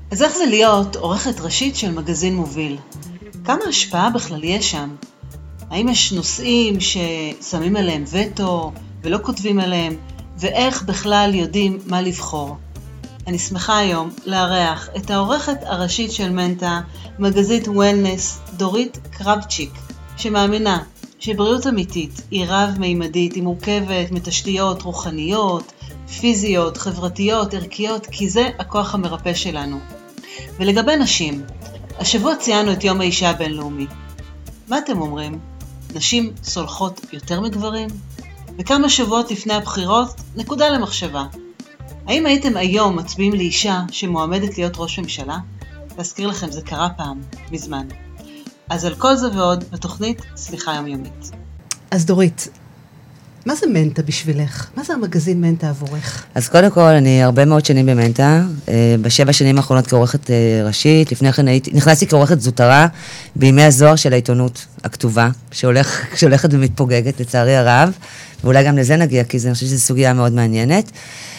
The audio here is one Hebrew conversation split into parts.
אז איך זה להיות עורכת ראשית של מגזין מוביל? כמה השפעה בכלל יש שם? האם יש נושאים ששמים עליהם וטו ולא כותבים עליהם? ואיך בכלל יודעים מה לבחור? אני שמחה היום לארח את העורכת הראשית של מנטה, מגזית וולנס, דורית קרבצ'יק, שמאמינה שבריאות אמיתית היא רב-מימדית, היא מורכבת מתשתיות רוחניות, פיזיות, חברתיות, ערכיות, כי זה הכוח המרפא שלנו. ולגבי נשים, השבוע ציינו את יום האישה הבינלאומי. מה אתם אומרים? נשים סולחות יותר מגברים? וכמה שבועות לפני הבחירות, נקודה למחשבה. האם הייתם היום מצביעים לאישה שמועמדת להיות ראש ממשלה? להזכיר לכם, זה קרה פעם, מזמן. אז על כל זה ועוד, בתוכנית סליחה יומיומית. אז דורית, מה זה מנטה בשבילך? מה זה המגזין מנטה עבורך? אז קודם כל, אני הרבה מאוד שנים במנטה, ב7 שנים האחרונות כעורכת ראשית, לפני כן נכנסתי כעורכת זוטרה, בימי הזוהר של העיתונות הכתובה, שהולכת ומתפוגגת לצערי הרב, ואולי גם לזה נגיע, כי אני חושבת שזו סוגיה מאוד מעניינת.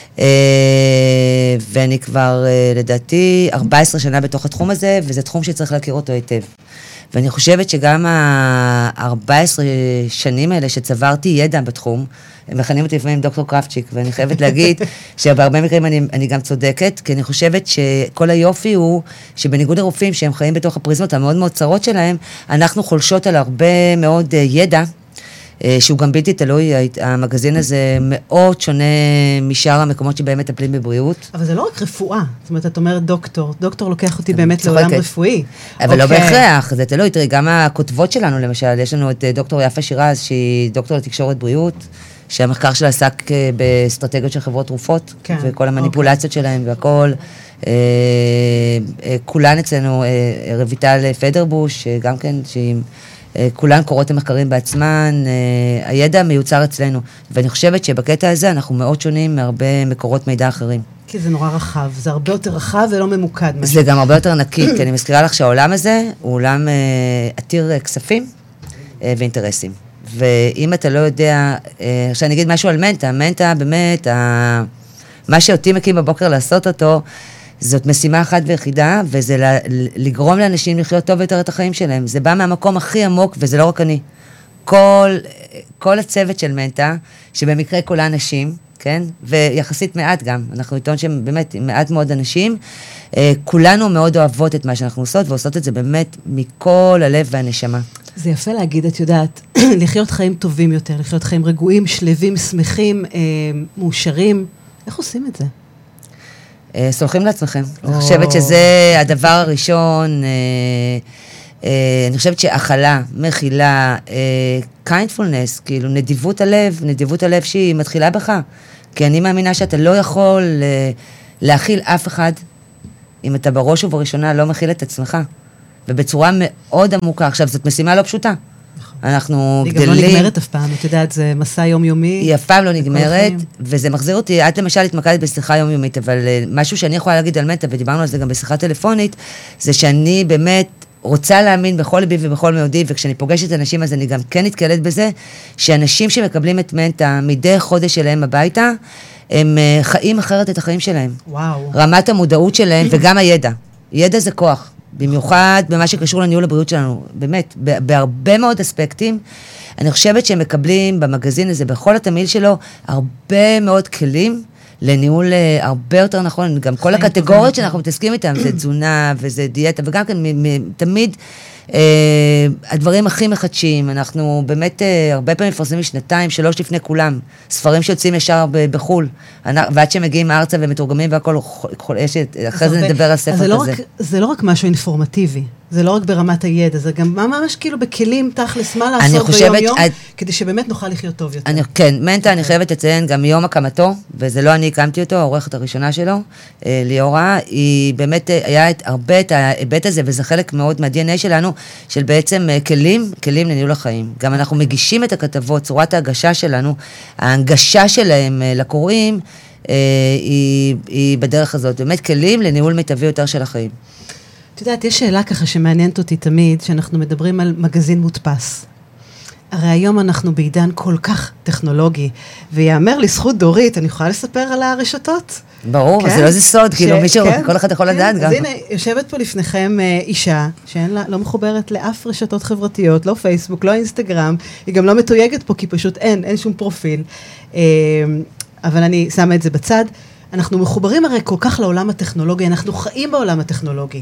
ואני כבר, לדעתי, 14 שנה בתוך התחום הזה, וזה תחום שצריך להכיר אותו היטב. ואני חושבת שגם ה-14 שנים האלה שצברתי ידע בתחום, הם מכנים אותי לפעמים דוקטור קרבצ'יק, ואני חייבת להגיד שבהרבה מקרים אני גם צודקת, כי אני חושבת שכל היופי הוא שבניגוד לרופאים שהם חיים בתוך הפריזמות המאוד מאוד צרות שלהם, אנחנו חולשות על הרבה מאוד ידע, שהוא גם בלתי תלוי. המגזין הזה מאוד שונה משאר המקומות שבהם מטפלים בבריאות. אבל זה לא רק רפואה, זאת אומרת, את אומרת דוקטור לוקח אותי באמת לעולם רפואי. אבל לא בהכרח, זה תלוי, תראי, גם הכותבות שלנו למשל, יש לנו את דוקטור יפה שירז, שהיא דוקטור לתקשורת בריאות, שהמחקר שלה עסק באסטרטגיות של חברות תרופות, וכל המניפולציות שלהם והכל. כולן אצלנו, רויטל פדרבוש, גם כן, שהיא כולן קורות את המחקרים בעצמן, הידע מיוצר אצלנו, ואני חושבת שבקטע הזה אנחנו מאוד שונים מהרבה מקורות מידע אחרים. כי זה נורא רחב, זה הרבה יותר רחב ולא ממוקד. זה גם הרבה יותר נקי, כי אני מזכירה לך שהעולם הזה הוא עולם עתיר כספים ואינטרסים. ואם אתה לא יודע, שאני אגיד משהו על מנטה, מנטה באמת, מה שאותי מקים בבוקר לעשות אותו, זאת משימה אחת ויחידה, וזה לגרום לאנשים לחיות טוב יותר את החיים שלהם. זה בא מהמקום הכי עמוק, וזה לא רק אני. כל הצוות של מנטה, שבמקרה כל האנשים, כן? ויחסית מעט גם, אנחנו עיתון שבאמת מעט מאוד אנשים, כולנו מאוד אוהבות את מה שאנחנו עושות, ועושות את זה באמת מכל הלב והנשמה. זה יפה להגיד, את יודעת, לחיות חיים טובים יותר, לחיות חיים רגועים, שלווים, שמחים, מאושרים. איך עושים את זה? סולחים לעצמכם. אני חושבת שזה הדבר הראשון, אני חושבת שהכלה, מחילה, kindfulness, כאילו נדיבות הלב שהיא מתחילה בך, כי אני מאמינה שאתה לא יכול להכיל אף אחד, אם אתה בראש ובראשונה לא מכיל את עצמך, ובצורה מאוד עמוקה. עכשיו, זאת משימה לא פשוטה. אנחנו גדלים. היא גם לא נגמרת אף פעם, את יודעת, זה מסע יומיומי. היא אף פעם לא נגמרת, וזה מחזיר אותי, את למשל התמקדת בשיחה יומיומית, אבל משהו שאני יכולה להגיד על מנטה, ודיברנו על זה גם בשיחה טלפונית, זה שאני באמת רוצה להאמין בכל ליבי ובכל מאודי, וכשאני פוגשת אנשים, אז אני גם כן נתקלת בזה, שאנשים שמקבלים את מנטה מדי חודש שלהם הביתה, הם חיים אחרת את החיים שלהם. וואו. רמת המודעות שלהם, וגם הידע. ידע זה כוח. במיוחד במה שקשור לניהול הבריאות שלנו, באמת, בהרבה מאוד אספקטים, אני חושבת שהם מקבלים במגזין הזה, בכל התמיל שלו, הרבה מאוד כלים לניהול הרבה יותר נכון, גם כל הקטגוריות שאנחנו מתעסקים איתם, זה תזונה וזה דיאטה, וגם כן תמיד הדברים הכי מחדשים, אנחנו באמת הרבה פעמים מפרסמים 2, 3 לפני כולם, ספרים שיוצאים ישר בחול, ועד שמגיעים ארצה ומתורגמים והכל, אחרי זה נדבר על ספר כזה. זה לא רק משהו אינפורמטיבי, זה לא רק ברמת הידע, זה גם ממש כאילו בכלים תכלס מה לעשות ביום יום, כדי שבאמת נוכל לחיות טוב יותר. כן, מנטה אני חייבת לציין גם מיום הקמתו, וזה לא אני הקמתי אותו, העורכת הראשונה שלו, ליאורה, היא באמת היה הרבה את ההיבט הזה, וזה חלק מאוד מה-DNA שלנו, של בעצם כלים לניהול החיים. גם אנחנו מגישים את הכתבות, צורת ההגשה שלנו, ההנגשה שלהם לקוראים, היא בדרך הזאת, באמת כלים לניהול מיטבי יותר של החיים. את יודעת, יש שאלה ככה שמעניינת אותי תמיד, שאנחנו מדברים על מגזין מודפס. הרי היום אנחנו בעידן כל כך טכנולוגי, ויאמר לזכות דורית, אני יכולה לספר על הרשתות? ברור, כן? זה לא איזה סוד, כאילו מישהו, כל אחד יכול לדעת גם. אז הנה, יושבת פה לפניכם אישה, שאין לה, לא מחוברת לאף רשתות חברתיות, לא פייסבוק, לא אינסטגרם, היא גם לא מתויגת פה, כי פשוט אין שום פרופיל. אבל אני שמה את זה בצד. אנחנו מחוברים הרי כל כך לעולם הטכנולוגי, אנחנו חיים בעולם הטכנולוגי.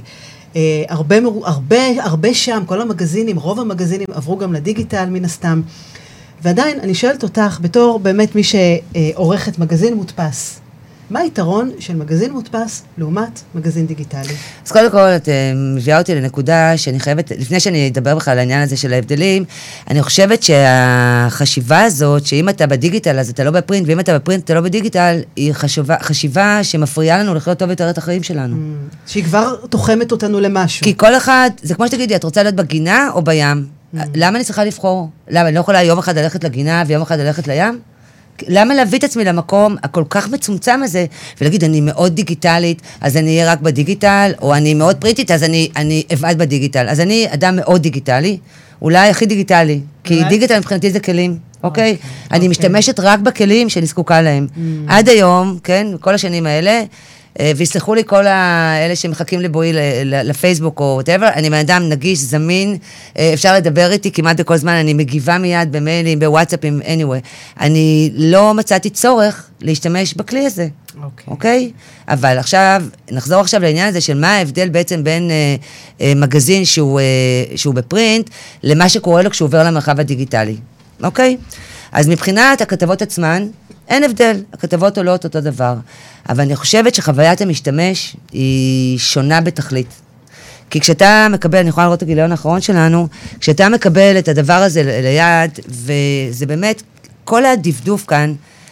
הרבה שם, כל המגזינים, רוב המגזינים עברו גם לדיגיטל מן הסתם. ועדיין, אני שואלת אותך, בתור באמת מי שעורכת מגזין מודפס, מה היתרון של מגזין מודפס לעומת מגזין דיגיטלי? אז קודם כל, את מביאה אותי לנקודה שאני חייבת, לפני שאני אדבר בכלל על העניין הזה של ההבדלים, אני חושבת שהחשיבה הזאת, שאם אתה בדיגיטל, אז אתה לא בפרינט, ואם אתה בפרינט, אתה לא בדיגיטל, היא חשיבה שמפריעה לנו לחיות טוב יותר את החיים שלנו. שהיא כבר תוחמת אותנו למשהו. כי כל אחד, זה כמו שתגידי, את רוצה להיות בגינה או בים? למה אני צריכה לבחור? למה, אני לא יכולה יום אחד ללכת לגינה ויום אחד ללכת לים? למה להביא את עצמי למקום הכל כך מצומצם הזה, ולהגיד, אני מאוד דיגיטלית, אז אני אהיה רק בדיגיטל, או אני מאוד פריטית, אז אני אבעד בדיגיטל. אז אני אדם מאוד דיגיטלי, אולי הכי דיגיטלי, כי דיגיטל מבחינתי זה כלים, אוקיי? אני משתמשת רק בכלים שאני זקוקה להם. עד היום, כן, כל השנים האלה, ויסלחו לי כל האלה שמחכים לבואי לפייסבוק או whatever, אני מאדם נגיש, זמין, אפשר לדבר איתי כמעט בכל זמן, אני מגיבה מיד במיילים, בוואטסאפים, anyway. אני לא מצאתי צורך להשתמש בכלי הזה, אוקיי? אבל עכשיו, נחזור עכשיו לעניין הזה של מה ההבדל בעצם בין מגזין שהוא בפרינט, למה שקורה לו כשהוא עובר למרחב הדיגיטלי, אוקיי? אז מבחינת הכתבות עצמן, אין הבדל, הכתבות עולות אותו דבר. אבל אני חושבת שחוויית המשתמש היא שונה בתכלית. כי כשאתה מקבל, אני יכולה לראות את הגיליון האחרון שלנו, כשאתה מקבל את הדבר הזה ליד, וזה באמת, כל הדפדוף כאן,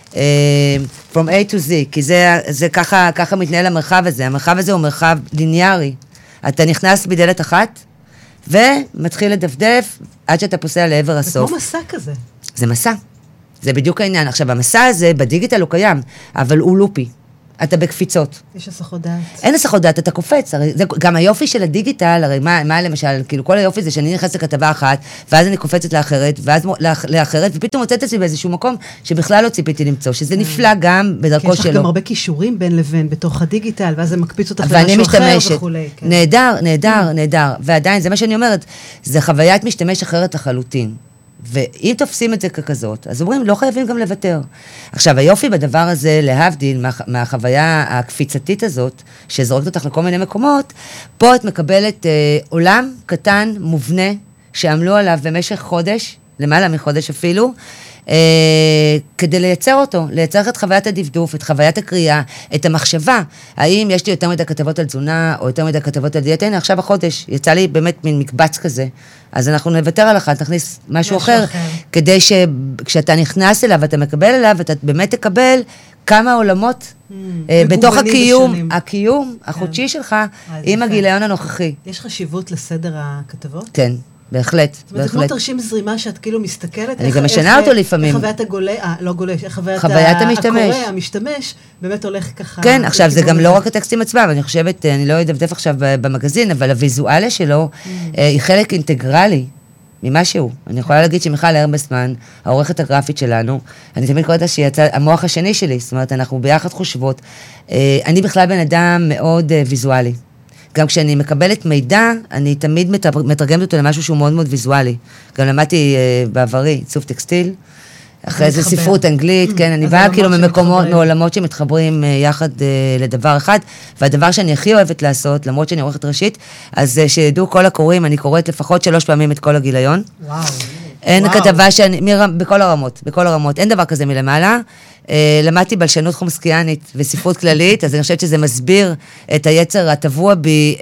from A to Z, כי זה ככה מתנהל המרחב הזה. המרחב הזה הוא מרחב ליניארי. אתה נכנס בדלת אחת, ומתחיל לדפדף, עד שאתה פוסע לעבר הסוף. זה כמו מסע כזה. זה מסע. זה בדיוק העניין. עכשיו, המסע הזה בדיגיטל הוא קיים, אבל הוא לופי. אתה בקפיצות. יש הסחות דעת. אין הסחות דעת, אתה קופץ. הרי זה, גם היופי של הדיגיטל, הרי מה למשל, כאילו כל היופי זה שאני נכנס לכתבה אחת, ואז אני קופצת לאחרת, ואז לאחרת, ופתאום מוצאת עצמי באיזשהו מקום שבכלל לא ציפיתי למצוא, שזה נפלא גם בדרכו שלו. כי יש לך גם הרבה קישורים בין לבין בתוך הדיגיטל, ואז זה מקפיץ אותך למשהו אחר וכולי. נהדר, נהדר, נהדר. ועדיין, זה מה שאני אומרת, זה חוויית משתמש אחרת לחלוטין. ואם תופסים את זה ככזאת, אז אומרים, לא חייבים גם לוותר. עכשיו, היופי בדבר הזה, להבדיל מהחוויה הקפיצתית הזאת, שזורקת אותך לכל מיני מקומות, פה את מקבלת עולם קטן, מובנה, שעמלו עליו במשך חודש, למעלה מחודש אפילו, כדי לייצר אותו, לייצר את חוויית הדפדוף, את חוויית הקריאה, את המחשבה. האם יש לי יותר מדי כתבות על תזונה, או יותר מדי כתבות על דיאטה? הנה, עכשיו החודש, יצא לי באמת מין מקבץ כזה. אז אנחנו נוותר על אחד, תכניס משהו אחר, כדי שכשאתה נכנס אליו, ואתה מקבל אליו, אתה באמת תקבל כמה עולמות בתוך הקיום החודשי שלך, עם הגיליון הנוכחי. יש חשיבות לסדר הכתבות? כן. בהחלט, זאת אומרת, זה כמו תרשים זרימה שאת כאילו מסתכלת, אני גם משנה אותו לפעמים. איך חוויית לא גולש, איך חוויית המשתמש. המשתמש, באמת הולך ככה. כן, עכשיו זה גם לא רק הטקסטים עצמם, אני חושבת, אני לא אדפדף עכשיו במגזין, אבל הוויזואליה שלו היא חלק אינטגרלי ממשהו. אני יכולה להגיד שמיכל הרמסמן, העורכת הגרפית שלנו, אני תמיד קוראת לה שהיא המוח השני שלי, זאת אומרת, אנחנו ביחד חושבות. אני בכלל בן אדם מאוד ויזואלי. גם כשאני מקבלת מידע, אני תמיד מתרגמת אותו למשהו שהוא מאוד מאוד ויזואלי. גם למדתי בעברי עיצוב טקסטיל, אחרי זה ספרות אנגלית, כן, אני באה כאילו מעולמות שמתחברים יחד לדבר אחד, והדבר שאני הכי אוהבת לעשות, למרות שאני עורכת ראשית, אז שידעו כל הקוראים, אני קוראת לפחות 3 פעמים את כל הגיליון. וואו. אין כתבה שאני, בכל הרמות, אין דבר כזה מלמעלה. למדתי בלשנות חומסקיאנית וספרות כללית, אז אני חושבת שזה מסביר את היצר הטבוע בי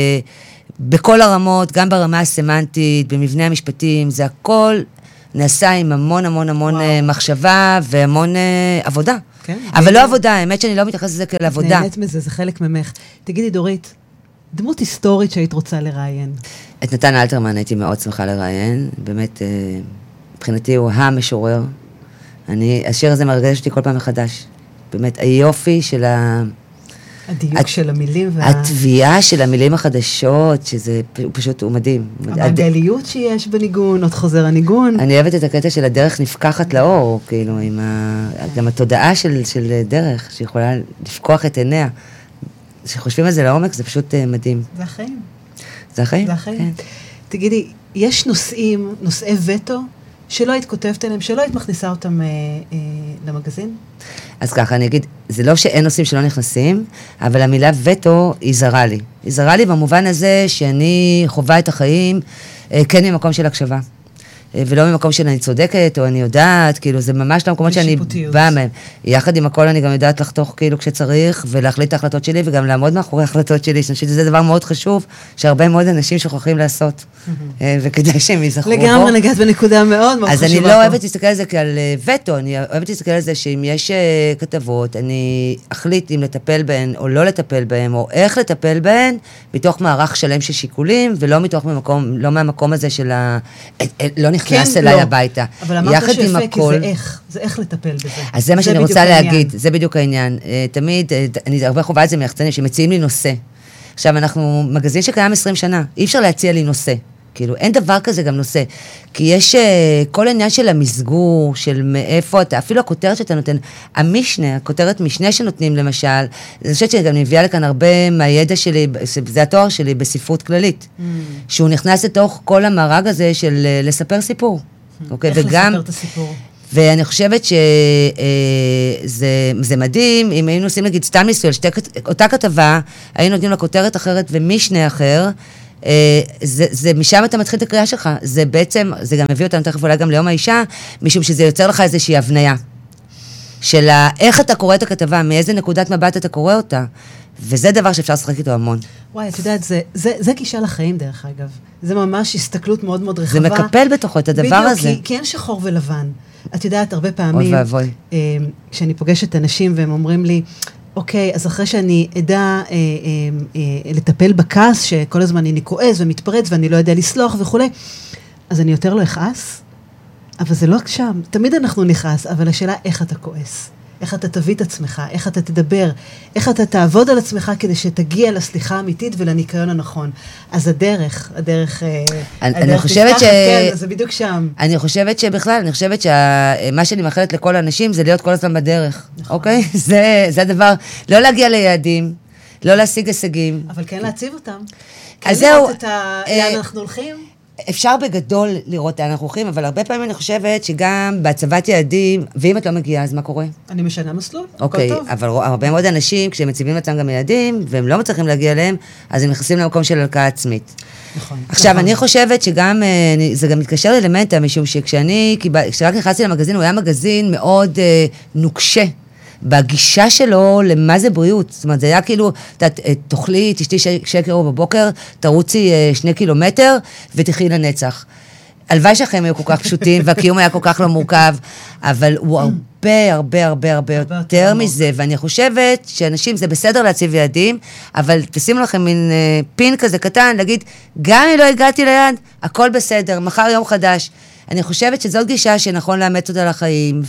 בכל הרמות, גם ברמה הסמנטית, במבנה המשפטים, זה הכל נעשה עם המון המון המון מחשבה והמון עבודה. אבל לא עבודה, האמת שאני לא מתייחסת לזה כאל עבודה. נהנית מזה, זה חלק ממך. תגידי דורית, דמות היסטורית שהיית רוצה לראיין. את נתן אלתרמן הייתי מאוד שמחה לראיין, באמת, מבחינתי הוא המשורר. השיר הזה מרגש אותי כל פעם מחדש. באמת, היופי של הדיוק של המילים. התביעה של המילים החדשות, שזה פשוט, הוא מדהים. המעגליות שיש בניגון, עוד חוזר הניגון. אני אוהבת את הקטע של הדרך נפקחת לאור, כאילו, גם התודעה של דרך, שיכולה לפקוח את עיניה. כשחושבים על זה לעומק, זה פשוט מדהים. זה החיים. זה החיים? זה החיים. תגידי, יש נושאי וטו, שלא היית כותבת עליהם, שלא היית מכניסה אותם למגזין? אז ככה, אני אגיד, זה לא שאין נושאים שלא נכנסים, אבל המילה וטו היא זרה לי. היא זרה לי במובן הזה שאני חווה את החיים, כן ממקום של הקשבה. ולא ממקום של אני צודקת, או אני יודעת, כאילו, זה ממש למקומות שאני באה מהם. יחד עם הכל אני גם יודעת לחתוך כאילו כשצריך, ולהחליט את ההחלטות שלי, וגם לעמוד מאחורי ההחלטות שלי, שאני חושבת שזה דבר מאוד חשוב, שהרבה מאוד אנשים שוכחים לעשות, וכדאי שהם יזכרו בו. לגמרי נגעת בנקודה מאוד מאוד חשובה. אז אני לא אוהבת להסתכל על זה כעל וטו, אני אוהבת להסתכל על זה שאם יש כתבות, אני אחליט אם לטפל בהן או לא לטפל בהן, או איך לטפל בהן, מתוך מערך שלם של שיקולים, ולא מתוך ממקום, לא מהמקום הזה של לא נכנס אליי הביתה. אבל אמרת שיפה, כי זה איך לטפל בזה. אז זה מה שאני רוצה להגיד, זה בדיוק העניין. תמיד, אני הרבה חובה את זה מיחצנים, שמציעים לי נושא. עכשיו, אנחנו מגזין שקיים 20 שנה, אי אפשר להציע לי נושא. כאילו, אין דבר כזה גם נושא. כי יש כל העניין של המסגור, של מאיפה אתה, אפילו הכותרת שאתה נותן, המשנה, הכותרת משנה שנותנים למשל, אני חושבת שגם מביאה לכאן הרבה מהידע שלי, זה התואר שלי בספרות כללית, שהוא נכנס לתוך כל המארג הזה של לספר סיפור. איך לספר את הסיפור? ואני חושבת שזה מדהים, אם היינו עושים נגיד סתם ניסוי, אותה כתבה, היינו נותנים לה כותרת אחרת ומשנה אחר, זה משם אתה מתחיל את הקריאה שלך, זה בעצם, זה גם מביא אותנו תכף אולי גם ליום האישה, משום שזה יוצר לך איזושהי הבניה, של איך אתה קורא את הכתבה, מאיזה נקודת מבט אתה קורא אותה, וזה דבר שאפשר לשחק איתו המון. וואי, את יודעת, זה גישה לחיים דרך אגב, זה ממש הסתכלות מאוד מאוד רחבה. זה מקפל בתוכו את הדבר הזה. בדיוק, כי אין שחור ולבן. את יודעת, הרבה פעמים, כשאני פוגשת אנשים והם אומרים לי, אוקיי, אז אחרי שאני אדע לטפל בכעס, שכל הזמן אני כועס ומתפרץ ואני לא יודע לסלוח וכו', אז אני יותר לא אכעס, אבל זה לא שם. תמיד אנחנו נכעס, אבל השאלה איך אתה כועס, איך אתה תביא את עצמך, איך אתה תדבר, איך אתה תעבוד על עצמך כדי שתגיע לסליחה האמיתית ולניקיון הנכון. אז הדרך אני חושבת כן, זה בדיוק שם. אני חושבת שבכלל, אני חושבת שמה שאני מאחלת לכל האנשים זה להיות כל הזמן בדרך, אוקיי? זה הדבר, לא להגיע ליעדים, לא להשיג הישגים. אבל כן להציב אותם. אז זהו. לאן אנחנו הולכים? אפשר בגדול לראות לאן אנחנו הולכים, אבל הרבה פעמים אני חושבת שגם בהצבת יעדים, ואם את לא מגיעה, אז מה קורה? אני משנה מסלול, אוקיי, הכל טוב. אבל הרבה מאוד אנשים, כשהם מציבים לעצמם גם יעדים, והם לא מצליחים להגיע אליהם, אז הם נכנסים למקום של הלקאה עצמית. נכון. עכשיו, אני חושבת שגם, זה גם מתקשר לאלמנטה, משום כשרק נכנסתי למגזין, הוא היה מגזין מאוד נוקשה. בגישה שלו למה זה בריאות. זאת אומרת, זה היה כאילו, תאכלי, תשתי שקר בבוקר, תרוצי 2 קילומטר ותחי לנצח. הלוואי שהחיים היו כל כך פשוטים, והקיום היה כל כך לא מורכב, אבל הוא הרבה יותר מזה, ואני חושבת שאנשים, זה בסדר להציב יעדים, אבל תשימו לכם מין פין כזה קטן, להגיד, גם אם לא הגעתי ליעד, הכל בסדר, מחר יום חדש. אני חושבת שזאת גישה שנכון לאמץ אותה לחיים,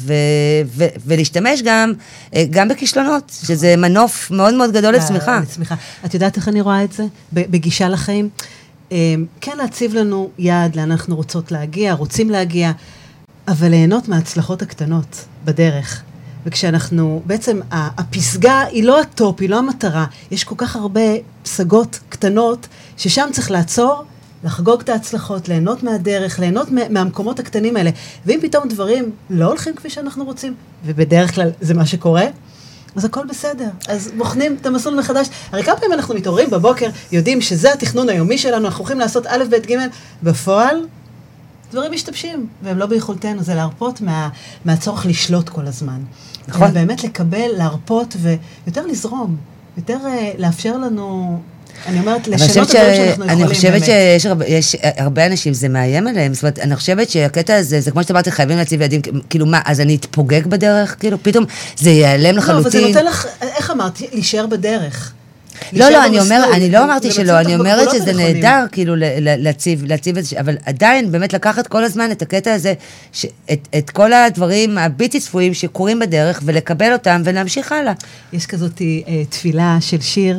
ולהשתמש גם בכישלונות, שזה מנוף מאוד מאוד גדול לצמיחה. את יודעת איך אני רואה את זה? בגישה לחיים? כן להציב לנו יעד לאן אנחנו רוצים להגיע, אבל ליהנות מההצלחות הקטנות בדרך. וכשאנחנו, בעצם הפסגה היא לא הטופ, היא לא המטרה, יש כל כך הרבה פסגות קטנות, ששם צריך לעצור, לחגוג את ההצלחות, ליהנות מהדרך, ליהנות מהמקומות הקטנים האלה. ואם פתאום דברים לא הולכים כפי שאנחנו רוצים, ובדרך כלל זה מה שקורה, אז הכל בסדר. אז בוחנים את המסלול מחדש. הרי כמה פעמים אנחנו מתעוררים בבוקר, יודעים שזה התכנון היומי שלנו, אנחנו הולכים לעשות א', ב', ג', בפועל, דברים משתבשים, והם לא ביכולתנו, זה להרפות מהצורך לשלוט כל הזמן. נכון. באמת לקבל, להרפות ויותר לזרום, יותר לאפשר לנו... אני אומרת, לשנות את הדברים שאנחנו יכולים. אני חושבת שיש הרבה אנשים, זה מאיים עליהם, זאת אומרת, אני חושבת שהקטע הזה, זה כמו שאתה אמרת, חייבים להציב יעדים, כאילו מה, אז אני אתפוגג בדרך, כאילו פתאום זה ייעלם לחלוטין. לא, אבל זה נותן לך, איך אמרתי, להישאר בדרך. לא, אני לא אמרתי שלא, אני אומרת שזה נהדר, כאילו, להציב את זה, אבל עדיין באמת לקחת כל הזמן את הקטע הזה, את כל הדברים הבלתי צפויים שקורים בדרך, ולקבל אותם ולהמשיך הלאה. יש כזאת תפילה של שיר,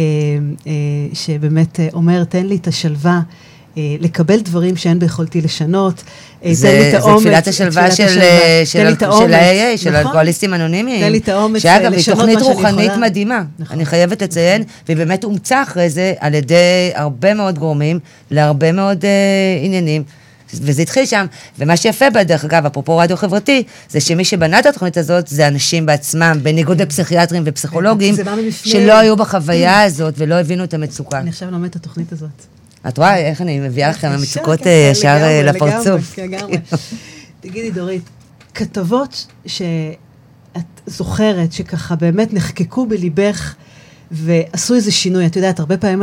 שבאמת אומר, תן לי את השלווה, לקבל דברים שאין ביכולתי לשנות, זה תפילת השלווה של ה-AA, של אלכוהוליסטים אנונימיים. תן לי את האומץ שאגב, היא תוכנית רוחנית מדהימה. אני חייבת לציין, והיא באמת הומצאה אחרי זה על ידי הרבה מאוד גורמים, להרבה מאוד עניינים. וזה התחיל שם, ומה שיפה בה, דרך אגב, אפרופו רדיו חברתי, זה שמי שבנה את התוכנית הזאת, זה אנשים בעצמם, בניגוד לפסיכיאטרים ופסיכולוגים, שלא היו בחוויה הזאת, ולא הבינו את המצוקה. אני עכשיו לומד את התוכנית הזאת. את רואה איך אני מביאה לכם המצוקות ישר לפרצוף. לגמרי. תגידי דורית, כתבות שאת זוכרת שככה באמת נחקקו בליבך ועשו איזה שינוי, את יודעת, הרבה פעמים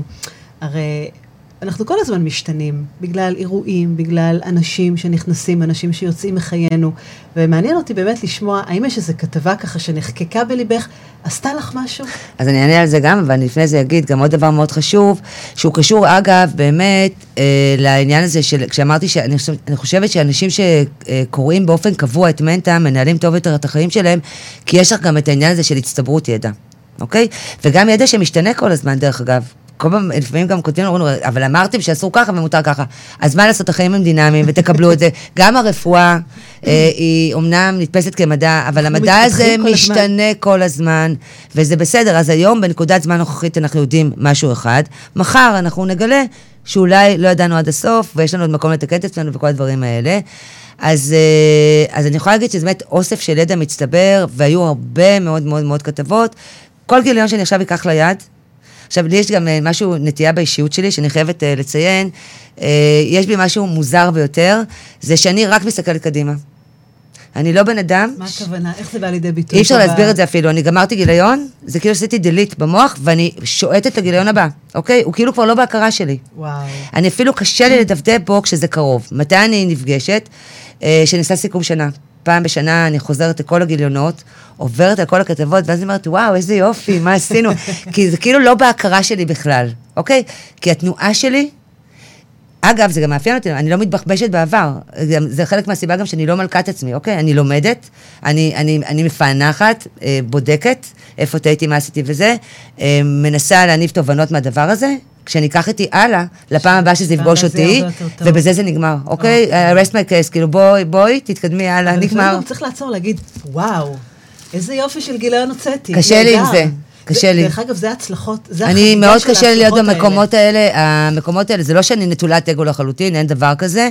אנחנו כל הזמן משתנים, בגלל אירועים, בגלל אנשים שנכנסים, אנשים שיוצאים מחיינו, ומעניין אותי באמת לשמוע, האם יש איזו כתבה ככה שנחקקה בליבך, עשתה לך משהו? אז אני אענה על זה גם, אבל לפני זה אגיד גם עוד דבר מאוד חשוב, שהוא קשור אגב באמת לעניין הזה, כשאמרתי שאני חושבת שאנשים שקוראים באופן קבוע את מנטה, מנהלים טוב יותר את החיים שלהם, כי יש לך גם את העניין הזה של הצטברות ידע, אוקיי? וגם ידע שמשתנה כל הזמן דרך אגב. כל פעם, לפעמים גם כותבים, אבל אמרתם שאסור ככה ומותר ככה. אז מה לעשות, החיים הם דינמיים ותקבלו את זה. גם הרפואה היא אומנם נתפסת כמדע, אבל המדע הזה משתנה כל הזמן, וזה בסדר. אז היום, בנקודת זמן נוכחית, אנחנו יודעים משהו אחד. מחר אנחנו נגלה שאולי לא ידענו עד הסוף, ויש לנו עוד מקום לתקן את עצמנו וכל הדברים האלה. אז אני יכולה להגיד שזה באמת אוסף של ידע מצטבר, והיו הרבה מאוד מאוד מאוד כתבות. כל גיליון שאני עכשיו אקח ליד, עכשיו, לי יש גם משהו, נטייה באישיות שלי, שאני חייבת לציין, יש בי משהו מוזר ביותר, זה שאני רק מסתכלת קדימה. אני לא בן אדם... מה הכוונה? איך זה בא לידי ביטוי? אי אפשר להסביר את זה אפילו. אני גמרתי גיליון, זה כאילו עשיתי דליט במוח, ואני שואטת לגיליון הבא, אוקיי? הוא כאילו כבר לא בהכרה שלי. וואו. אני אפילו קשה לי לדפדף בו כשזה קרוב. מתי אני נפגשת? שנעשה סיכום שנה. פעם בשנה אני חוזרת לכל הגיליונות, עוברת על כל הכתבות, ואז אני אומרת, וואו, איזה יופי, מה עשינו? כי זה כאילו לא בהכרה שלי בכלל, אוקיי? כי התנועה שלי, אגב, זה גם מאפיין אותי, אני לא מתבחבשת בעבר, זה חלק מהסיבה גם שאני לא מלכת עצמי, אוקיי? אני לומדת, אני מפענחת, בודקת, איפה תהייתי, מה עשיתי וזה, מנסה להניב תובנות מהדבר הזה, כשאני אקח איתי הלאה, לפעם הבאה שזה יפגוש אותי, ובזה זה נגמר, אוקיי? rest my case, כאילו בואי, תתקדמי הלאה, נגמר. אבל צריך לעצור להגיד, וואו, איזה יופי של גיליון הוצאתי. קשה לי עם זה, קשה לי. דרך אגב, זה הצלחות, אני מאוד קשה לי להיות במקומות האלה, המקומות האלה, זה לא שאני נטולת אגו לחלוטין, אין דבר כזה,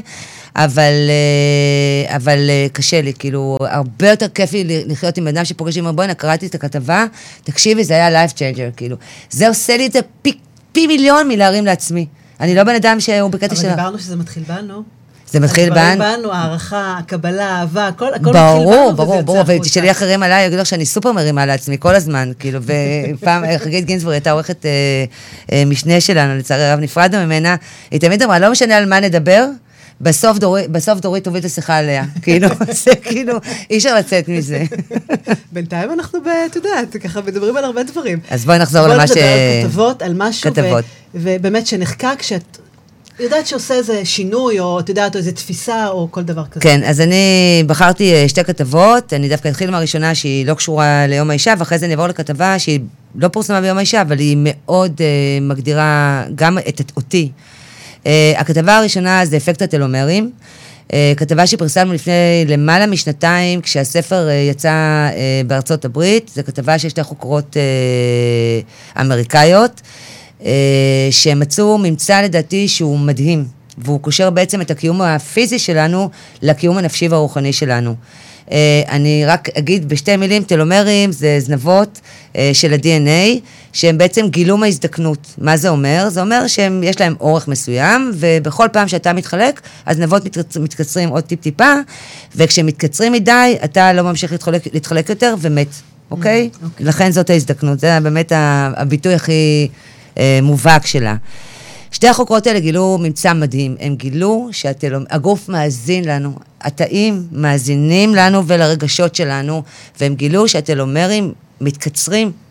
אבל קשה לי, כאילו, הרבה יותר כיף לי לחיות עם אדם שפוגש עם בואי, קראתי את הכתבה, תקשיבי, זה היה life changer, כאילו. זה עושה לי את זה פי מיליון מלהרים לעצמי. אני לא בן אדם שהוא בקטע שלה. אבל דיברנו שזה מתחיל בנו. זה מתחיל בנו. בנו, הערכה, הקבלה, האהבה, הכל מתחיל בנו. ברור, ותשאלי אחרים עליי, אגיד לך שאני סופר מרימה לעצמי כל הזמן, כאילו, ופעם חגית גינזבורג הייתה עורכת משנה שלנו, לצערי הרב נפרדנו ממנה, היא תמיד אמרה, לא משנה על מה נדבר, בסוף דורית תוביל את השיחה עליה, כאילו, זה כאילו, אי אפשר לצאת מזה. בינתיים אנחנו, אתה יודעת, ככה מדברים על הרבה דברים. אז בואי נחזור למה ש... בואי נדבר על כתבות, על משהו, ובאמת שנחקק, שאת יודעת שעושה איזה שינוי, או את יודעת, או איזה תפיסה, או כל דבר כזה. כן, אז אני בחרתי שתי כתבות, אני דווקא אתחיל מהראשונה שהיא לא קשורה ליום האישה, ואחרי זה אני אעבור לכתבה שהיא לא פורסמה ביום האישה, אבל היא מאוד מגדירה גם אותי. הכתבה הראשונה זה אפקט הטלומרים, כתבה שפרסמנו לפני למעלה משנתיים, כשהספר יצא בארצות הברית, זו כתבה שיש שתי חוקרות אמריקאיות, שמצאו ממצא לדעתי שהוא מדהים, והוא קושר בעצם את הקיום הפיזי שלנו לקיום הנפשי והרוחני שלנו. אני רק אגיד בשתי מילים, טלומרים זה זנבות של ה-DNA, שהם בעצם גילום ההזדקנות. מה זה אומר? זה אומר שיש להם אורך מסוים, ובכל פעם שאתה מתחלק, הזנבות מתקצרים עוד טיפה, וכשהם מתקצרים מדי, אתה לא ממשיך להתחלק יותר ומת, אוקיי? לכן זאת ההזדקנות, זה באמת הביטוי הכי מובהק שלה. שתי החוקרות האלה גילו ממצא מדהים, הם גילו שהגוף מאזין לנו, התאים מאזינים לנו ולרגשות שלנו, והם גילו שהטלומרים מתקצרים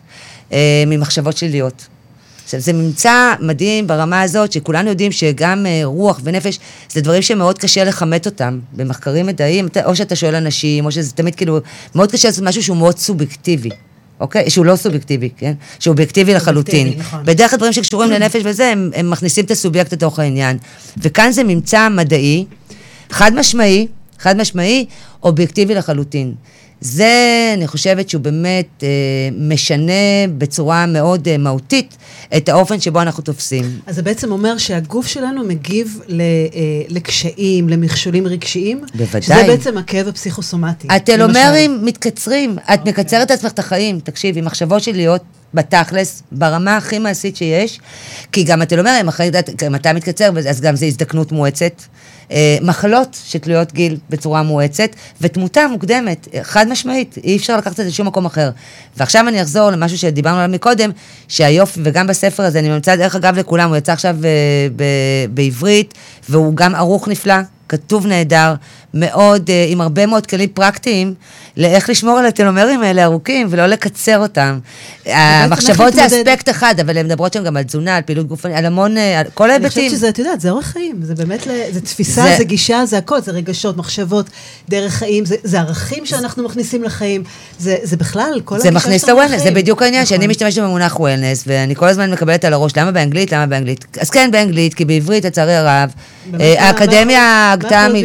ממחשבות שליליות. עכשיו, זה ממצא מדהים ברמה הזאת, שכולנו יודעים שגם רוח ונפש, זה דברים שמאוד קשה לכמת אותם, במחקרים מדעיים, או שאתה שואל אנשים, או שזה תמיד כאילו, מאוד קשה לעשות משהו שהוא מאוד סובייקטיבי, אוקיי? שהוא לא סובייקטיבי, כן? שהוא אובייקטיבי לחלוטין. נכון. בדרך כלל דברים שקשורים לנפש וזה, הם מכניסים את הסובייקט לתוך העניין. וכאן זה ממצא מדעי, חד משמעי, אובייקטיבי לחלוטין. זה, אני חושבת שהוא באמת משנה בצורה מאוד מהותית את האופן שבו אנחנו תופסים. אז זה בעצם אומר שהגוף שלנו מגיב לקשיים, למכשולים רגשיים? בוודאי. שזה בעצם הכאב הפסיכוסומטי. הטלומרים מתקצרים, את מקצרת את עצמך את החיים, תקשיבי, מחשבות שליליות בתכלס, ברמה הכי מעשית שיש, כי גם הטלומרים, אם אתה מתקצר, אז גם זה הזדקנות מואצת, מחלות שתלויות גיל בצורה מואצת, ותמותה מוקדמת, חד משמעית, אי אפשר לקחת את זה לשום מקום אחר. ועכשיו אני אחזור למשהו שדיברנו עליו מקודם, שהיופי, וגם בספר הזה, אני ממצא דרך אגב לכולם, הוא יצא עכשיו בעברית, והוא גם ערוך נפלא, כתוב נהדר, מאוד, עם הרבה מאוד כלים פרקטיים, לאיך לשמור על הטלומרים האלה ארוכים, ולא לקצר אותם. המחשבות זה אספקט אחד, אבל הן מדברות שם גם על תזונה, על פעילות גופנית, על המון, על כל ההיבטים. אני חושבת שזה, את יודעת, זה אורח חיים, זה באמת, זה תפיסה, זה גישה, זה הכל, זה רגשות, מחשבות, דרך חיים, זה ערכים שאנחנו מכניסים לחיים, זה בכלל, כל זה מכניס לוולנס, זה בדיוק העניין, שאני משתמשת במונח וולנס, ואני כל הזמן מקבלת על הראש, למה באנגלית? אז כן, באנגלית, כי בעברית, לצערי הרב, האקדמיה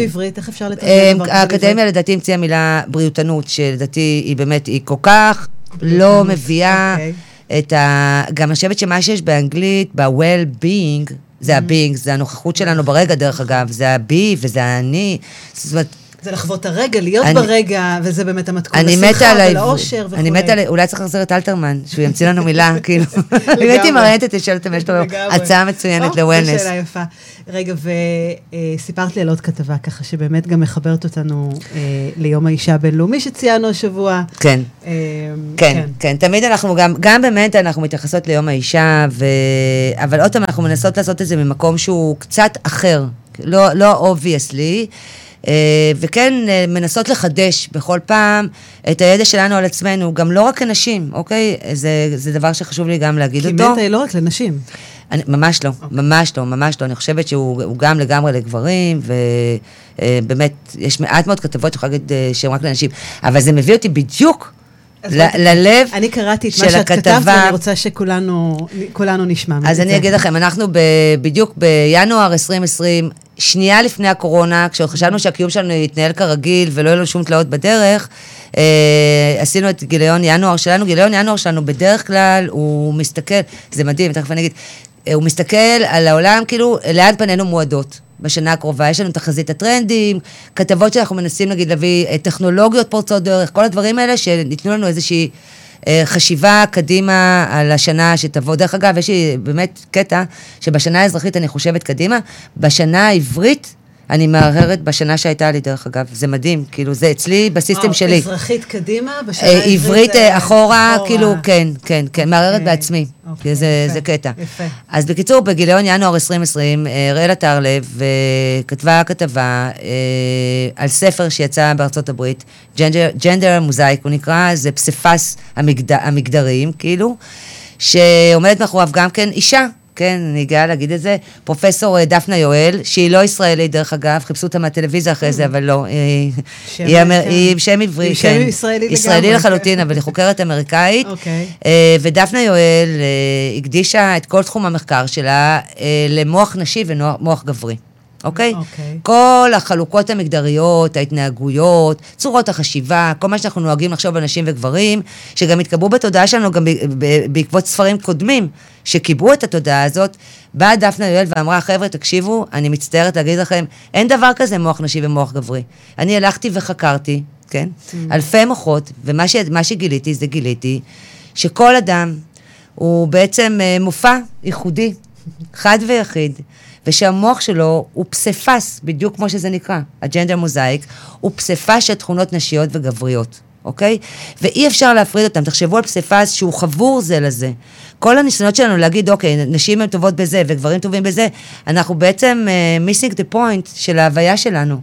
האקדמיה לדעתי המציאה מילה בריאותנות, שלדעתי היא באמת, היא כל כך לא מביאה את גם אני חושבת שמה שיש באנגלית, ב-well-being, זה ה-being, זה הנוכחות שלנו ברגע דרך אגב, זה ה-be וזה ה-אני, זאת אומרת, זה לחוות הרגע, להיות ברגע, וזה באמת המתכון לשמחה ולאושר וכו'. אני מתה, אולי צריך לחזור את אלתרמן, שהוא ימציא לנו מילה, כאילו. אני הייתי מראיינת את שאלתם, יש לו הצעה מצוינת לוונס. זו שאלה יפה. רגע, וסיפרת לי על עוד כתבה, ככה שבאמת גם מחברת אותנו ליום האישה הבינלאומי שציינו השבוע. כן, כן, כן. תמיד אנחנו גם באמת אנחנו מתייחסות ליום האישה, אבל עוד פעם אנחנו מנסות לעשות את זה ממקום שהוא קצת אחר, לא obviously, וכן מנסות לחדש בכל פעם את הידע שלנו על עצמנו, גם לא רק אנשים, אוקיי? זה דבר שחשוב לי גם להגיד אותו. כי מטה לא רק לנשים. ממש לא, ממש לא, ממש לא. אני חושבת שהוא גם לגמרי לגברים, ובאמת, יש מעט מאוד כתבות, יכולה להגיד שהן רק לנשים, אבל זה מביא אותי בדיוק ללב אני קראתי את מה שאת כתבת, ואני רוצה שכולנו נשמע. אז אני אגיד לכם, אנחנו בדיוק בינואר 2020, שנייה לפני הקורונה, כשחשבנו שהקיום שלנו יתנהל כרגיל, ולא יהיו לו שום תלאות בדרך, עשינו את גיליון ינואר שלנו. גיליון ינואר שלנו בדרך כלל, הוא מסתכל, זה מדהים, תכף אני אגיד, הוא מסתכל על העולם, כאילו, לאן פנינו מועדות. בשנה הקרובה, יש לנו תחזית הטרנדים, כתבות שאנחנו מנסים, נגיד, להביא טכנולוגיות פורצות דרך, כל הדברים האלה שניתנו לנו איזושהי חשיבה קדימה על השנה שתבוא. דרך אגב, יש לי באמת קטע שבשנה האזרחית אני חושבת קדימה, בשנה העברית אני מהרהרת בשנה שהייתה לי, דרך אגב. זה מדהים, כאילו, זה אצלי בסיסטם שלי. אזרחית קדימה, בשנה העברית עברית אחורה, כאילו, כן, כן, כן, מהרהרת בעצמי. זה קטע. יפה. אז בקיצור, בגיליון ינואר 2020, ראלה טרלב כתבה כתבה על ספר שיצא בארצות הברית, ג'נדר מוזאיק, הוא נקרא, זה פסיפס המגדריים, כאילו, שעומדת מאחוריו גם כן אישה, כן, אני גאה להגיד את זה, פרופסור דפנה יואל, שהיא לא ישראלית דרך אגב, חיפשו אותה מהטלוויזיה אחרי זה, אבל לא, היא שם עברי, כן, ישראלי לחלוטין, אבל היא חוקרת אמריקאית, ודפנה יואל הקדישה את כל תחום המחקר שלה למוח נשי ומוח גברי. אוקיי? כל החלוקות המגדריות, ההתנהגויות, צורות החשיבה, כל מה שאנחנו נוהגים לחשוב על נשים וגברים, שגם התקבעו בתודעה שלנו גם בעקבות ספרים קודמים, שקיבעו את התודעה הזאת, באה דפנה יואל ואמרה, חבר'ה, תקשיבו, אני מצטערת להגיד לכם, אין דבר כזה מוח נשי ומוח גברי. אני הלכתי וחקרתי, כן? אלפי מוחות, ומה שגיליתי, זה גיליתי, שכל אדם הוא בעצם מופע ייחודי, חד ויחיד, ושהמוח שלו הוא פספס, בדיוק כמו שזה נקרא, הג'נדר מוזאיק, הוא פספס של תכונות נשיות וגבריות, אוקיי? ואי אפשר להפריד אותם, תחשבו על פספס שהוא חבור זה לזה. כל הניסיונות שלנו להגיד, אוקיי, נשים הן טובות בזה וגברים טובים בזה, אנחנו בעצם missing the point של ההוויה שלנו.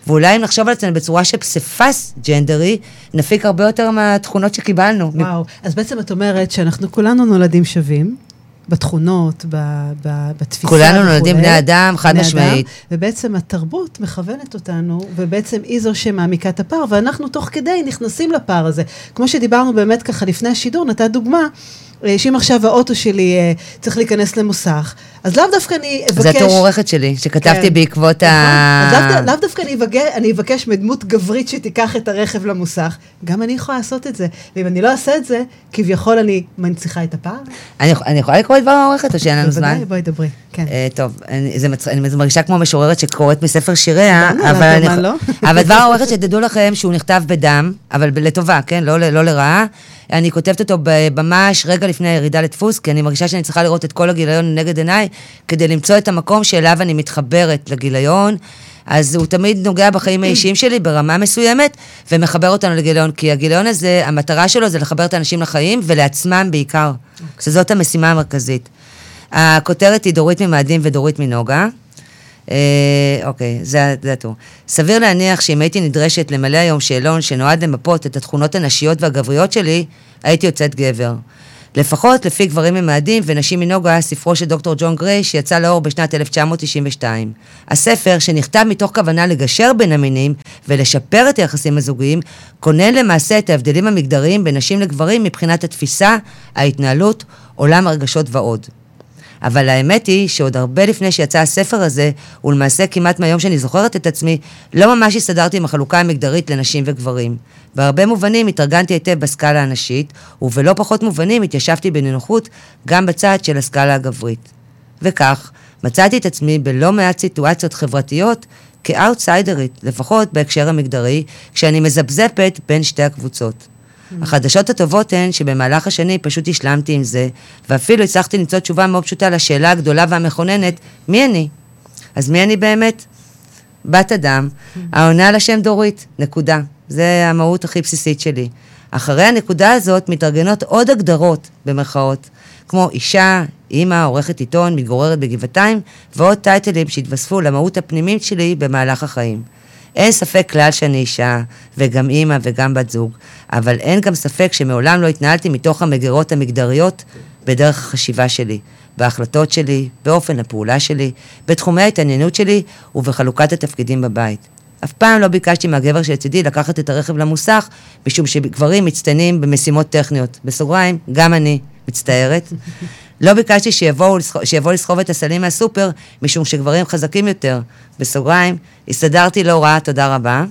ואולי אם נחשוב על עצמנו בצורה של פסיפס ג'נדרי, נפיק הרבה יותר מהתכונות שקיבלנו. וואו, אז בעצם את אומרת שאנחנו כולנו נולדים שווים, בתכונות, בתפיסה. כולנו נולדים בני אדם, חד משמעית. ובעצם התרבות מכוונת אותנו, ובעצם היא זו שמעמיקה את הפער, ואנחנו תוך כדי נכנסים לפער הזה. כמו שדיברנו באמת ככה לפני השידור, נתת דוגמה, שאם עכשיו האוטו שלי צריך להיכנס למוסך, אז לאו דווקא אני אבקש... זה תור עורכת שלי, שכתבתי בעקבות אז לאו דווקא אני אבקש מדמות גברית שתיקח את הרכב למוסך, גם אני יכולה לעשות את זה. ואם אני לא אעשה את זה, כביכול אני מנציחה את הפער. אני יכולה לקרוא את דבר העורכת או שאין לנו זמן? בוודאי, בואי דברי, כן. טוב, אני מרגישה כמו משוררת שקוראת מספר שיריה, אבל דבר העורכת שתדעו לכם שהוא נכתב בדם, אבל לטובה, כן? לא לרעה. אני כותבת אותו ממש רגע לפני הירידה לדפוס, כי אני מרגישה שאני צריכה לראות את כל הגיליון נגד עיניי, כדי למצוא את המקום שאליו אני מתחברת לגיליון, אז הוא תמיד נוגע בחיים האישיים שלי ברמה מסוימת, ומחבר אותנו לגיליון, כי הגיליון הזה, המטרה שלו זה לחבר את האנשים לחיים, ולעצמם בעיקר, שזאת המשימה המרכזית. הכותרת היא דורית ממאדים ודורית מנוגה, אוקיי, זה הטור. סביר להניח שאם הייתי נדרשת למלא היום שאלון שנועד למפות את התכונות הנשיות והגבריות שלי, הייתי יוצאת גבר. לפחות לפי גברים ממאדים ונשים מנוגה, ספרו של דוקטור ג'ון גריי, שיצא לאור בשנת 1992. הספר, שנכתב מתוך כוונה לגשר בין המינים ולשפר את היחסים הזוגיים, כונן למעשה את ההבדלים המגדריים בין נשים לגברים מבחינת התפיסה, ההתנהלות, עולם הרגשות ועוד. אבל האמת היא שעוד הרבה לפני שיצא הספר הזה, ולמעשה כמעט מהיום שאני זוכרת את עצמי, לא ממש הסתדרתי עם החלוקה המגדרית לנשים וגברים. בהרבה מובנים התארגנתי היטב בסקאלה הנשית, ובלא פחות מובנים התיישבתי בנינוחות גם בצד של הסקאלה הגברית. וכך, מצאתי את עצמי בלא מעט סיטואציות חברתיות כאוטסיידרית, לפחות בהקשר המגדרי, כשאני מזבזפת בין שתי הקבוצות. החדשות הטובות הן שבמהלך השני פשוט השלמתי עם זה, ואפילו הצלחתי למצוא תשובה מאוד פשוטה לשאלה הגדולה והמכוננת, מי אני? אז מי אני באמת? בת אדם, העונה על השם דורית, נקודה. זה המהות הכי בסיסית שלי. אחרי הנקודה הזאת מתארגנות עוד הגדרות במרכאות, כמו אישה, אימא, עורכת עיתון, מתגוררת בגבעתיים, ועוד טייטלים שהתווספו למהות הפנימית שלי במהלך החיים. אין ספק כלל שאני אישה, וגם אימא וגם בת זוג, אבל אין גם ספק שמעולם לא התנהלתי מתוך המגירות המגדריות בדרך החשיבה שלי, בהחלטות שלי, באופן הפעולה שלי, בתחומי ההתעניינות שלי ובחלוקת התפקידים בבית. אף פעם לא ביקשתי מהגבר שלצידי לקחת את הרכב למוסך, משום שגברים מצטיינים במשימות טכניות. בסוגריים, גם אני מצטערת. לא ביקשתי שיבואו לסחוב את הסלים מהסופר, משום שגברים חזקים יותר. בסוגריים, הסתדרתי לא רע, תודה רבה.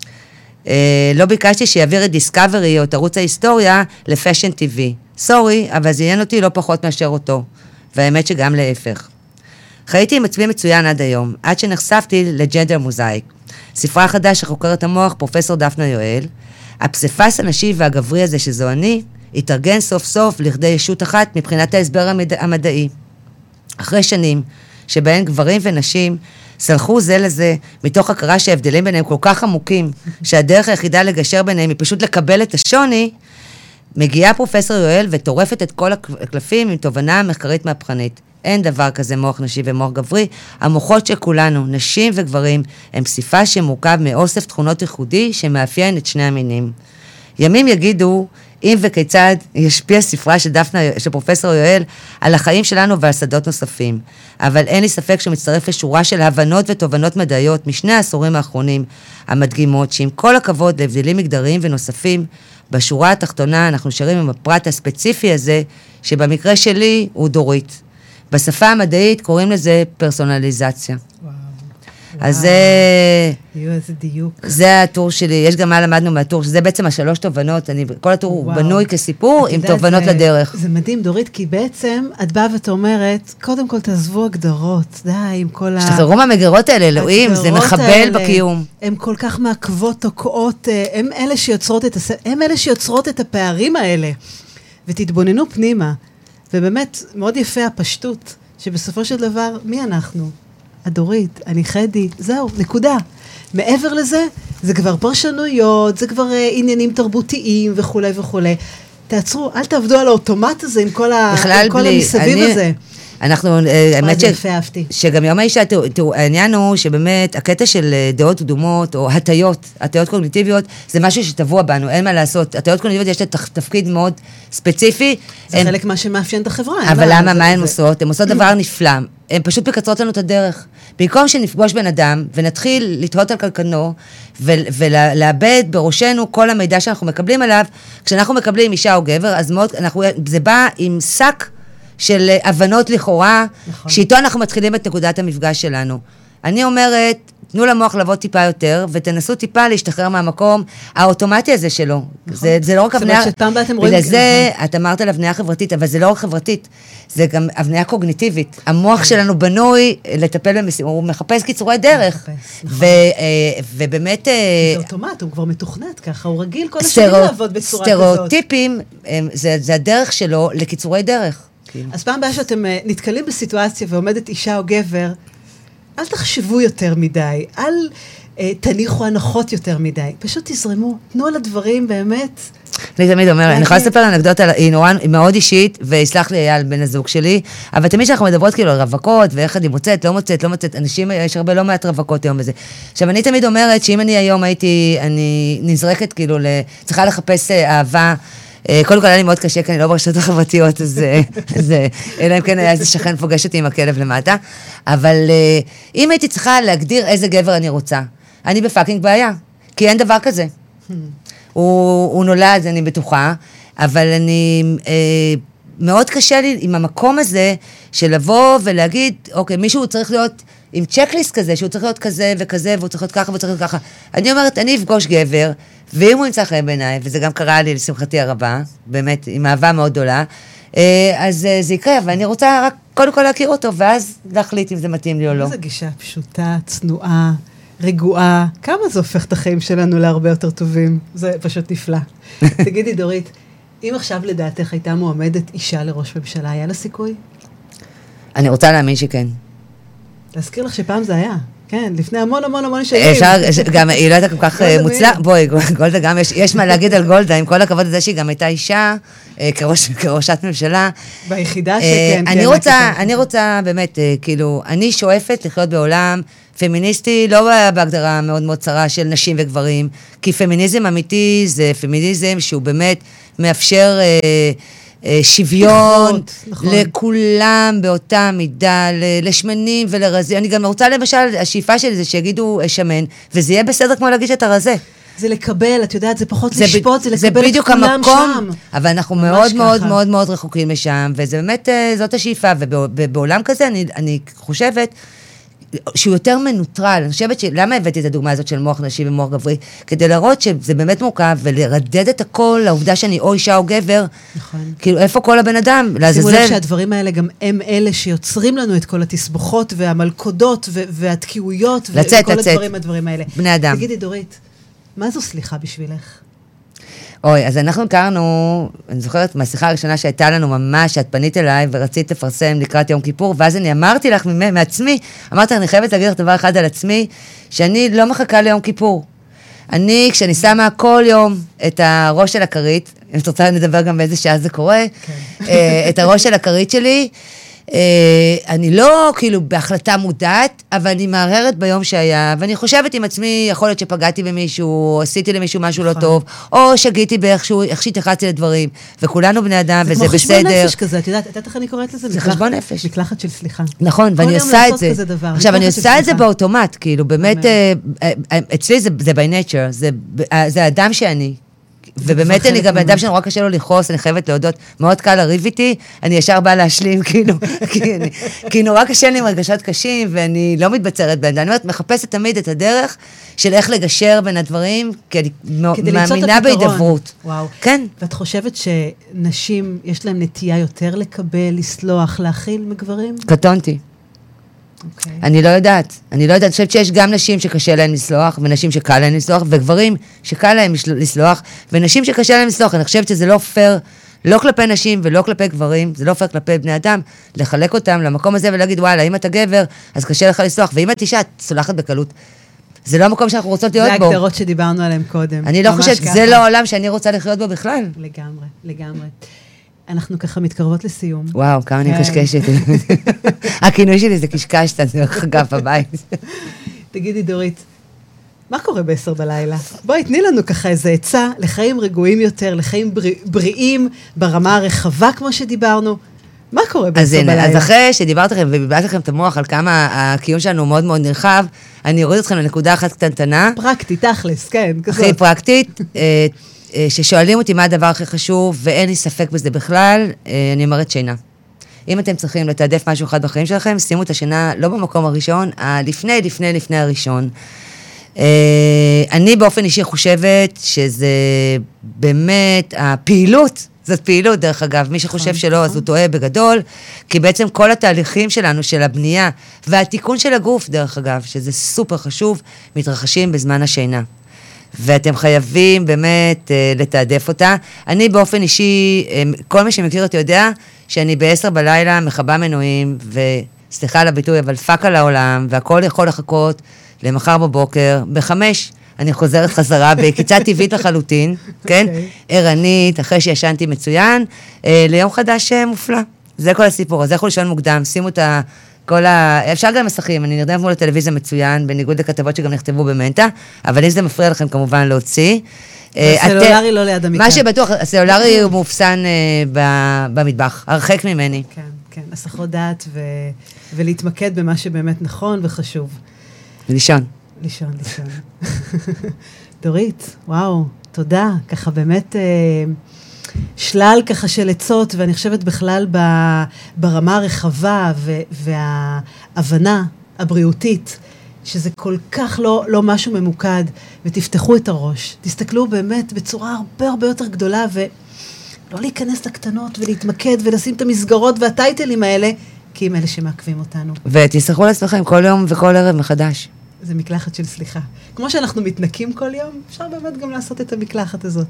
לא ביקשתי שיעביר את דיסקאברי או את ערוץ ההיסטוריה לפשן טבעי. סורי, אבל זה עניין אותי לא פחות מאשר אותו. והאמת שגם להפך. חייתי עם עצמי מצוין עד היום, עד שנחשפתי לג'נדר מוזאיק. ספרה חדש שחוקרת המוח, פרופסור דפנה יואל. הפסיפס הנשי והגברי הזה שזו אני, התארגן סוף סוף לכדי ישות אחת מבחינת ההסבר המדעי. אחרי שנים שבהן גברים ונשים סלחו זה לזה, מתוך הכרה שההבדלים ביניהם כל כך עמוקים, שהדרך היחידה לגשר ביניהם היא פשוט לקבל את השוני, מגיעה פרופסור יואל וטורפת את כל הקלפים עם תובנה מחקרית מהפכנית. אין דבר כזה מוח נשי ומוח גברי. המוחות של כולנו, נשים וגברים, הם פסיפס שמורכב מאוסף תכונות ייחודי שמאפיין את שני המינים. ימים יגידו אם וכיצד ישפיע ספרה של פרופסור יואל על החיים שלנו ועל שדות נוספים. אבל אין לי ספק שמצטרף לשורה של הבנות ותובנות מדעיות משני העשורים האחרונים, המדגימות שעם כל הכבוד להבדלים מגדריים ונוספים, בשורה התחתונה אנחנו שרים עם הפרט הספציפי הזה, שבמקרה שלי הוא דורית. בשפה המדעית קוראים לזה פרסונליזציה. אז איזה דיוק. זה הטור שלי, יש גם מה למדנו מהטור, שזה בעצם השלוש תובנות, כל הטור הוא בנוי כסיפור עם תובנות לדרך. זה מדהים, דורית, כי בעצם את באה ואת אומרת, קודם כל תעזבו הגדרות, די, עם כל שתחררו מהמגירות האלה, אלוהים, זה מחבל בקיום. הן כל כך מעכבות, תוקעות, הן אלה שיוצרות את הפערים האלה, ותתבוננו פנימה, ובאמת, מאוד יפה הפשטות, שבסופו של דבר, מי אנחנו? הדורית, אני חדי, זהו, נקודה. מעבר לזה, זה כבר פרשנויות, זה כבר עניינים תרבותיים וכו' וכו'. תעצרו, אל תעבדו על האוטומט הזה עם כל המסביב הזה. אנחנו, האמת שגם יום האישה, תראו, העניין הוא שבאמת הקטע של דעות קדומות או הטיות קוגניטיביות, זה משהו שטבוע בנו, אין מה לעשות. הטיות קוגניטיביות יש תפקיד מאוד ספציפי. זה חלק מה שמאפיין את החברה. אבל למה, מה הן עושות? הן עושות דבר נפלא. הן פשוט מקצרות לנו את הדרך. במקום שנפגוש בן אדם ונתחיל לתהות על קלקנו ולאבד בראשנו כל המידע שאנחנו מקבלים עליו, כשאנחנו מקבלים אישה או גבר, אז זה בא עם שק של הבנות לכאורה, שאיתו אנחנו מתחילים את נקודת המפגש שלנו. אני אומרת, תנו למוח לבוא טיפה יותר, ותנסו טיפה להשתחרר מהמקום האוטומטי הזה שלו. זה לא רק הבניה... בגלל זה, את אמרת על הבניה חברתית, אבל זה לא רק חברתית, זה גם הבניה קוגניטיבית. המוח שלנו בנוי לטפל במשימות, הוא מחפש קיצורי דרך. ובאמת... זה אוטומט, הוא כבר מתוכנת ככה, הוא רגיל כל השנים לעבוד בצורה כזאת. סטריאוטיפים, זה הדרך שלו לקיצורי דרך. אז פעם הבאה שאתם נתקלים בסיטואציה ועומדת אישה או גבר, אל תחשבו יותר מדי, אל תניחו הנחות יותר מדי, פשוט תזרמו, תנו על הדברים באמת. אני תמיד אומרת, אני יכולה לספר אנקדוטה, היא מאוד אישית, ויסלח לי אייל בן הזוג שלי, אבל תמיד שאנחנו מדברות כאילו על רווקות, ואיך אני מוצאת, לא מוצאת, אנשים, יש הרבה לא מעט רווקות היום בזה. עכשיו, אני תמיד אומרת שאם אני היום אני נזרקת כאילו, צריכה לחפש אהבה, קודם כל היה לי מאוד קשה, כי אני לא ברשתות החברתיות, אז אלא אם כן היה איזה שכן פוגש אותי עם הכלב למטה, אבל אם הייתי צריכה להגדיר איזה גבר אני רוצה, אני בפאקינג בעיה, כי אין דבר כזה. הוא נולד, אני בטוחה, אבל מאוד קשה לי עם המקום הזה, של לבוא ולהגיד, אוקיי, מישהו צריך להיות עם צ'קליסט כזה, שהוא צריך להיות כזה וכזה, והוא צריך להיות ככה וצריך להיות ככה. אני אומרת, אני אפגוש גבר, ואם הוא ימצא חיים בעיניי, וזה גם קרה לי לשמחתי הרבה, באמת, עם אהבה מאוד גדולה, אז זה יקרה, ואני רוצה רק קודם כל להכיר אותו, ואז להחליט אם זה מתאים לי או לא. איזו גישה פשוטה, צנועה, רגועה, כמה זה הופך את החיים שלנו להרבה יותר טובים? זה פשוט נפלא. תגידי, דורית, אם עכשיו לדעתך הייתה מועמדת אישה לראש ממשלה, היה לה סיכוי? אני רוצה להאמין שכן. להזכיר לך שפעם זה היה. כן, לפני המון שנים. אפשר, גם היא לא הייתה כל כך מוצלחת. בואי, גולדה גם, יש מה להגיד על גולדה, עם כל הכבוד לזה שהיא גם הייתה אישה, כראשת ממשלה. ביחידה שכן. אני רוצה באמת, כאילו, אני שואפת לחיות בעולם פמיניסטי, לא בהגדרה מאוד מאוד צרה של נשים וגברים, כי פמיניזם אמיתי זה פמיניזם שהוא באמת מאפשר שוויון לכולם באותה מידה, לשמנים ולרזים. אני גם רוצה למשל, השאיפה שלי זה שיגידו שמן, וזה יהיה בסדר כמו להגיד שאתה רזה. זה לקבל, את יודעת, זה פחות לשפוט, זה לקבל את כולם שם. אבל אנחנו מאוד מאוד מאוד מאוד רחוקים משם, וזה באמת, זאת השאיפה, ובעולם כזה אני חושבת, שהוא יותר מנוטרל. אני חושבת למה הבאתי את הדוגמה הזאת של מוח נשי ומוח גברי? כדי להראות שזה באמת מורכב, ולרדד את הכל, לעובדה שאני או אישה או גבר. נכון. כאילו, איפה כל הבן אדם? שימו לב שהדברים האלה גם הם אלה שיוצרים לנו את כל התסבוכות, והמלכודות, והתקיעויות, וכל הדברים האלה. בני אדם. תגידי, דורית, מה זו סליחה בשבילך? אוי, אז אנחנו קראנו, אני זוכרת מהשיחה הראשונה שהייתה לנו ממש, שאת פנית אליי ורצית לפרסם לקראת יום כיפור, ואז אני אמרתי לך מעצמי, אמרתי, אני חייבת להגיד לך דבר אחד על עצמי, שאני לא מחכה ליום כיפור. כשאני שמה כל יום את הראש של הכרית, אם את רוצה לדבר גם באיזה שעה זה קורה, את הראש של הכרית שלי, אני לא כאילו בהחלטה מודעת, אבל אני מערערת ביום שהיה, ואני חושבת עם עצמי, יכול להיות שפגעתי במישהו, עשיתי למישהו משהו לא טוב, או שגיתי איך שהתייחסתי לדברים, וכולנו בני אדם, וזה בסדר. זה כמו חשבון נפש כזה, את יודעת איך אני קוראת לזה? זה חשבון נפש. מקלחת של סליחה. נכון, ואני עושה את זה. עכשיו, אני עושה את זה באוטומט, כאילו, באמת, אצלי זה by nature, זה האדם שאני. ובאמת אני גם אדם שנורא קשה לו לכעוס, אני חייבת להודות, מאוד קל לריב איתי, אני ישר באה להשלים, כאילו, כי נורא קשה לי עם הרגשות קשים, ואני לא מתבצרת בין, אני אומרת, מחפשת תמיד את הדרך של איך לגשר בין הדברים, כי אני מאמינה בהידברות. וואו. כן. ואת חושבת שנשים, יש להן נטייה יותר לקבל, לסלוח, להכיל מגברים? קטונתי. אני לא יודעת, אני חושבת שיש גם נשים שקשה להן לסלוח, ונשים שקל להן לסלוח, וגברים שקל להן לסלוח, ונשים שקשה להן לסלוח. אני חושבת שזה לא פייר, לא כלפי נשים ולא כלפי גברים, זה לא פייר כלפי בני אדם, לחלק אותם למקום הזה ולהגיד, וואלה, אם אתה גבר, אז קשה לך לסלוח, ואם את אישה, את סולחת בקלות. זה לא המקום שאנחנו רוצות להיות בו. זה הגדרות שדיברנו עליהם קודם. אני לא חושבת, זה לא העולם שאני רוצה לחיות בו בכלל. לגמרי. אנחנו ככה מתקרבות לסיום. וואו, כמה אני קשקשת. הכינוי שלי זה קשקשת, דרך אגב בבית. תגידי, דורית, מה קורה ב-10 בלילה? בואי, תני לנו ככה איזה עצה לחיים רגועים יותר, לחיים בריאים, ברמה הרחבה כמו שדיברנו. מה קורה ב-10 בלילה? אז אחרי שדיברת לכם וביבלת לכם את המוח על כמה הקיום שלנו מאוד מאוד נרחב, אני אוריד אתכם לנקודה אחת קטנטנה. פרקטית, תכלס, כן. הכי פרקטית, ששואלים אותי מה הדבר הכי חשוב, ואין לי ספק בזה בכלל, אני אומרת שינה. אם אתם צריכים לתעדף משהו אחד בחיים שלכם, שימו את השינה לא במקום הראשון, לפני הראשון. אני באופן אישי חושבת שזה באמת הפעילות, זאת פעילות דרך אגב, מי שחושב שלא אז הוא טועה בגדול, כי בעצם כל התהליכים שלנו, של הבנייה והתיקון של הגוף דרך אגב, שזה סופר חשוב, מתרחשים בזמן השינה. ואתם חייבים באמת לתעדף אותה. אני באופן אישי, כל מי שמכיר אותי יודע, שאני ב-10 בלילה מחבה מנועים, וסליחה על הביטוי, אבל פאק על העולם, והכל יכול לחכות למחר בבוקר, ב-5 אני חוזרת חזרה, בקיצה טבעית לחלוטין, כן? ערנית, אחרי שישנתי מצוין, ליום חדש מופלא. זה כל הסיפור, אז זה יכול לישון מוקדם, שימו את אפשר גם מסכים, אני נרדמת מול הטלוויזיה מצוין, בניגוד לכתבות שגם נכתבו במנטה, אבל אם זה מפריע לכם כמובן להוציא. הסלולרי לא ליד המקרה. מה שבטוח, הסלולרי הוא מאופסן במטבח, הרחק ממני. כן, כן, הסחות דעת ולהתמקד במה שבאמת נכון וחשוב. לישון. לישון. דורית, וואו, תודה, ככה באמת שלל ככה של עצות, ואני חושבת בכלל ברמה הרחבה וההבנה הבריאותית, שזה כל כך לא משהו ממוקד, ותפתחו את הראש, תסתכלו באמת בצורה הרבה יותר גדולה, ולא להיכנס לקטנות ולהתמקד ולשים את המסגרות והטייטלים האלה, כי הם אלה שמעכבים אותנו. ותסלחו לעצמכם כל יום וכל ערב מחדש. זה מקלחת של סליחה. כמו שאנחנו מתנקים כל יום, אפשר באמת גם לעשות את המקלחת הזאת.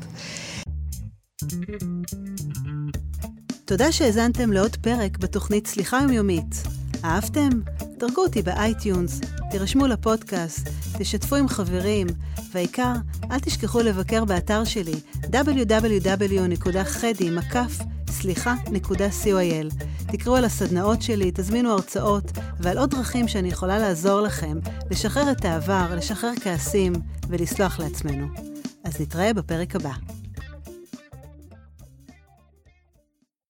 תודה שהזנתם לעוד פרק בתוכנית סליחה יומיומית. אהבתם? דרגו אותי באייטיונס, תירשמו לפודקאסט, תשתפו עם חברים, והעיקר, אל תשכחו לבקר באתר שלי www.khedi.co.il. תקראו על הסדנאות שלי, תזמינו הרצאות ועל עוד דרכים שאני יכולה לעזור לכם לשחרר את העבר, לשחרר כעסים ולסלוח לעצמנו. אז נתראה בפרק הבא.